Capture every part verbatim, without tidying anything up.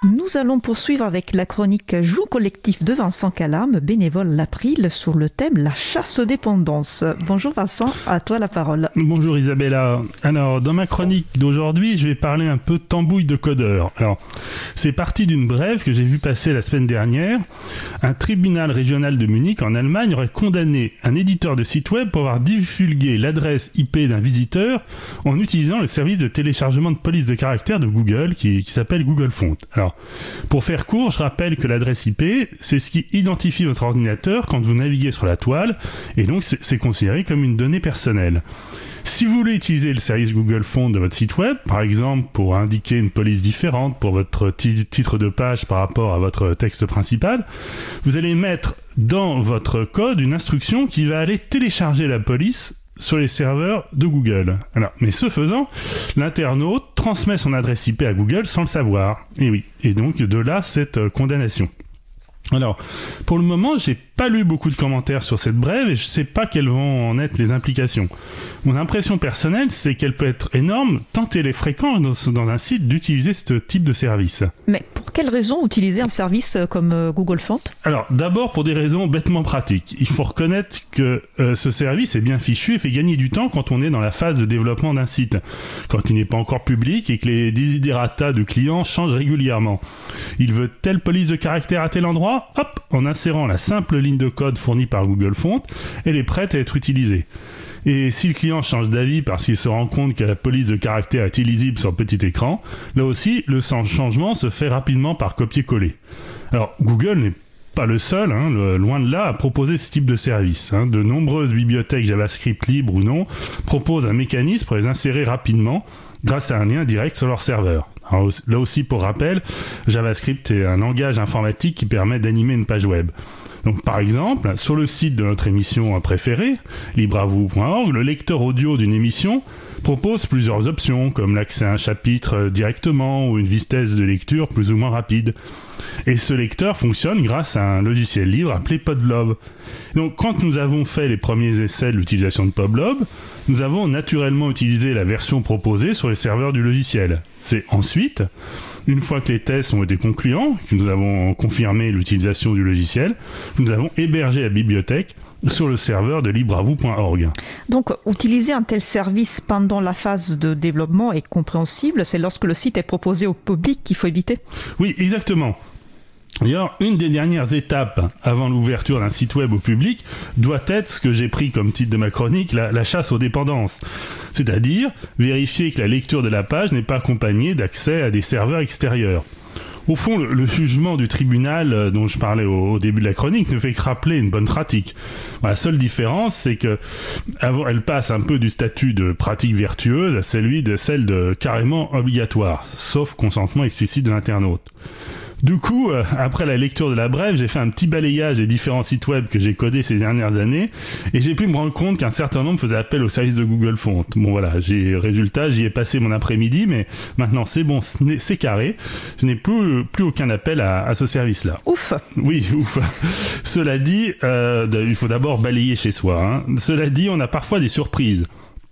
Nous allons poursuivre avec la chronique Joue collectif de Vincent Calam, bénévole l'April, sur le thème la chasse aux dépendances. Bonjour Vincent, à toi la parole. Bonjour Isabella. Alors, dans ma chronique d'aujourd'hui, je vais parler un peu tambouille de codeurs. Alors, c'est parti d'une brève que j'ai vu passer la semaine dernière. Un tribunal régional de Munich, en Allemagne, aurait condamné un éditeur de site web pour avoir divulgué l'adresse I P d'un visiteur en utilisant le service de téléchargement de police de caractère de Google qui, qui s'appelle Google Font. Alors, pour faire court, je rappelle que l'adresse I P, c'est ce qui identifie votre ordinateur quand vous naviguez sur la toile, et donc c'est, c'est considéré comme une donnée personnelle. Si vous voulez utiliser le service Google Font de votre site web, par exemple pour indiquer une police différente pour votre t- titre de page par rapport à votre texte principal, vous allez mettre dans votre code une instruction qui va aller télécharger la police sur les serveurs de Google. Alors, mais ce faisant, l'internaute transmet son adresse I P à Google sans le savoir. Et oui, et donc de là cette euh, condamnation. Alors, pour le moment, j'ai pas lu beaucoup de commentaires sur cette brève et je sais pas quelles vont en être les implications. Mon impression personnelle, c'est qu'elle peut être énorme tant elle est fréquente dans, dans un site d'utiliser ce type de service. Mais pour quelles raisons utiliser un service comme Google Font ? Alors, d'abord pour des raisons bêtement pratiques. Il faut reconnaître que euh, ce service est bien fichu et fait gagner du temps quand on est dans la phase de développement d'un site, quand il n'est pas encore public et que les desiderata de clients changent régulièrement. Il veut telle police de caractère à tel endroit, hop, en insérant la simple ligne de code fournie par Google Font, elle est prête à être utilisée. Et si le client change d'avis parce qu'il se rend compte que la police de caractère est illisible sur le petit écran, là aussi, le changement se fait rapidement par copier-coller. Alors, Google n'est pas le seul, hein, le, loin de là, à proposer ce type de service. Hein. De nombreuses bibliothèques JavaScript libres ou non proposent un mécanisme pour les insérer rapidement grâce à un lien direct sur leur serveur. Alors, là aussi, pour rappel, JavaScript est un langage informatique qui permet d'animer une page web. Donc, par exemple, sur le site de notre émission préférée, libre à vous point org, le lecteur audio d'une émission propose plusieurs options, comme l'accès à un chapitre directement ou une vitesse de lecture plus ou moins rapide. Et ce lecteur fonctionne grâce à un logiciel libre appelé Podblob. Donc, quand nous avons fait les premiers essais de l'utilisation de Podblob, nous avons naturellement utilisé la version proposée sur les serveurs du logiciel. C'est ensuite, une fois que les tests ont été concluants, que nous avons confirmé l'utilisation du logiciel, nous avons hébergé la bibliothèque sur le serveur de libre à vous point org. Donc, utiliser un tel service pendant la phase de développement est compréhensible, c'est lorsque le site est proposé au public qu'il faut éviter ? Oui, exactement. D'ailleurs, une des dernières étapes avant l'ouverture d'un site web au public doit être ce que j'ai pris comme titre de ma chronique, la, la chasse aux dépendances. C'est-à-dire vérifier que la lecture de la page n'est pas accompagnée d'accès à des serveurs extérieurs. Au fond, le, le jugement du tribunal dont je parlais au, au début de la chronique ne fait que rappeler une bonne pratique. La seule différence, c'est que elle passe un peu du statut de pratique vertueuse à celui de celle de carrément obligatoire, sauf consentement explicite de l'internaute. Du coup, euh, après la lecture de la brève, j'ai fait un petit balayage des différents sites web que j'ai codés ces dernières années et j'ai pu me rendre compte qu'un certain nombre faisaient appel au service de Google Font. Bon voilà, j'ai résultat, j'y ai passé mon après-midi, mais maintenant c'est bon, c'est carré. Je n'ai plus, plus aucun appel à, à ce service-là. Ouf. Oui, ouf. Cela dit, euh, il faut d'abord balayer chez soi. Hein. Cela dit, on a parfois des surprises.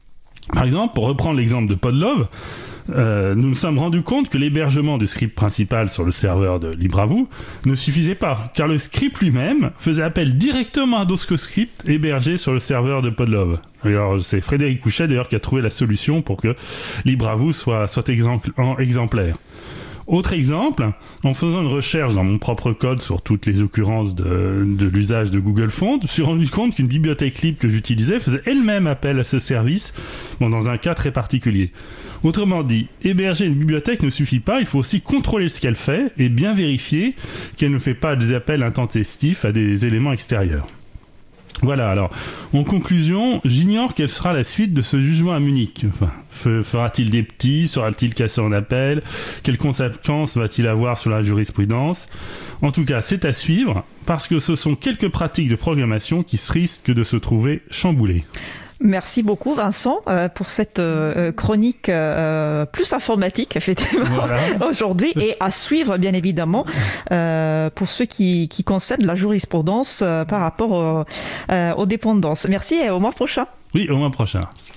Par exemple, pour reprendre l'exemple de Podlove, Euh, nous nous sommes rendus compte que l'hébergement du script principal sur le serveur de Libre à vous ne suffisait pas, car le script lui-même faisait appel directement à d'autres scripts hébergés sur le serveur de Podlove. Alors, c'est Frédéric Couchet d'ailleurs qui a trouvé la solution pour que Libre à vous soit, soit exemple, exemplaire. Autre exemple, en faisant une recherche dans mon propre code sur toutes les occurrences de, de l'usage de Google Font, je me suis rendu compte qu'une bibliothèque libre que j'utilisais faisait elle-même appel à ce service, bon, dans un cas très particulier. Autrement dit, héberger une bibliothèque ne suffit pas, il faut aussi contrôler ce qu'elle fait et bien vérifier qu'elle ne fait pas des appels intempestifs à des éléments extérieurs. Voilà, alors, en conclusion, j'ignore quelle sera la suite de ce jugement à Munich. Enfin, fera-t-il des petits ? Sera-t-il cassé en appel ? Quelles conséquences va-t-il avoir sur la jurisprudence ? En tout cas, c'est à suivre, parce que ce sont quelques pratiques de programmation qui risquent de se trouver chamboulées. Merci beaucoup Vincent euh, pour cette euh, chronique euh, plus informatique effectivement voilà. Aujourd'hui et à suivre bien évidemment euh, pour ceux qui, qui concernent la jurisprudence euh, par rapport au, euh, aux dépendances. Merci et au mois prochain. Oui, au mois prochain.